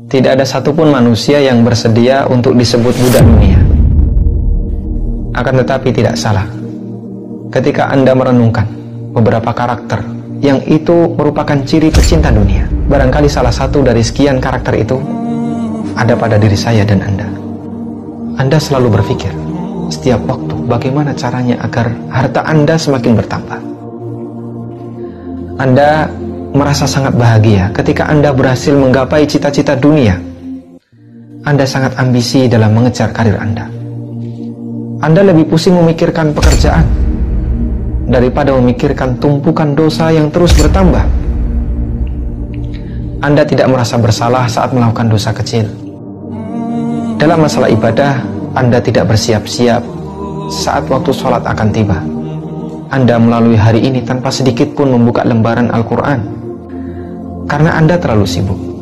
Tidak ada satupun manusia yang bersedia untuk disebut budak dunia. Akan tetapi tidak salah ketika Anda merenungkan beberapa karakter yang itu merupakan ciri pecinta dunia. Barangkali salah satu dari sekian karakter itu ada pada diri saya dan Anda. Anda selalu berpikir setiap waktu bagaimana caranya agar harta Anda semakin bertambah. Anda merasa sangat bahagia ketika Anda berhasil menggapai cita-cita dunia. Anda sangat ambisi dalam mengejar karir Anda. Anda lebih pusing memikirkan pekerjaan daripada memikirkan tumpukan dosa yang terus bertambah. Anda tidak merasa bersalah saat melakukan dosa kecil. Dalam masalah ibadah, Anda tidak bersiap-siap saat waktu sholat akan tiba. Anda melalui hari ini tanpa sedikit pun membuka lembaran Al-Quran karena Anda terlalu sibuk.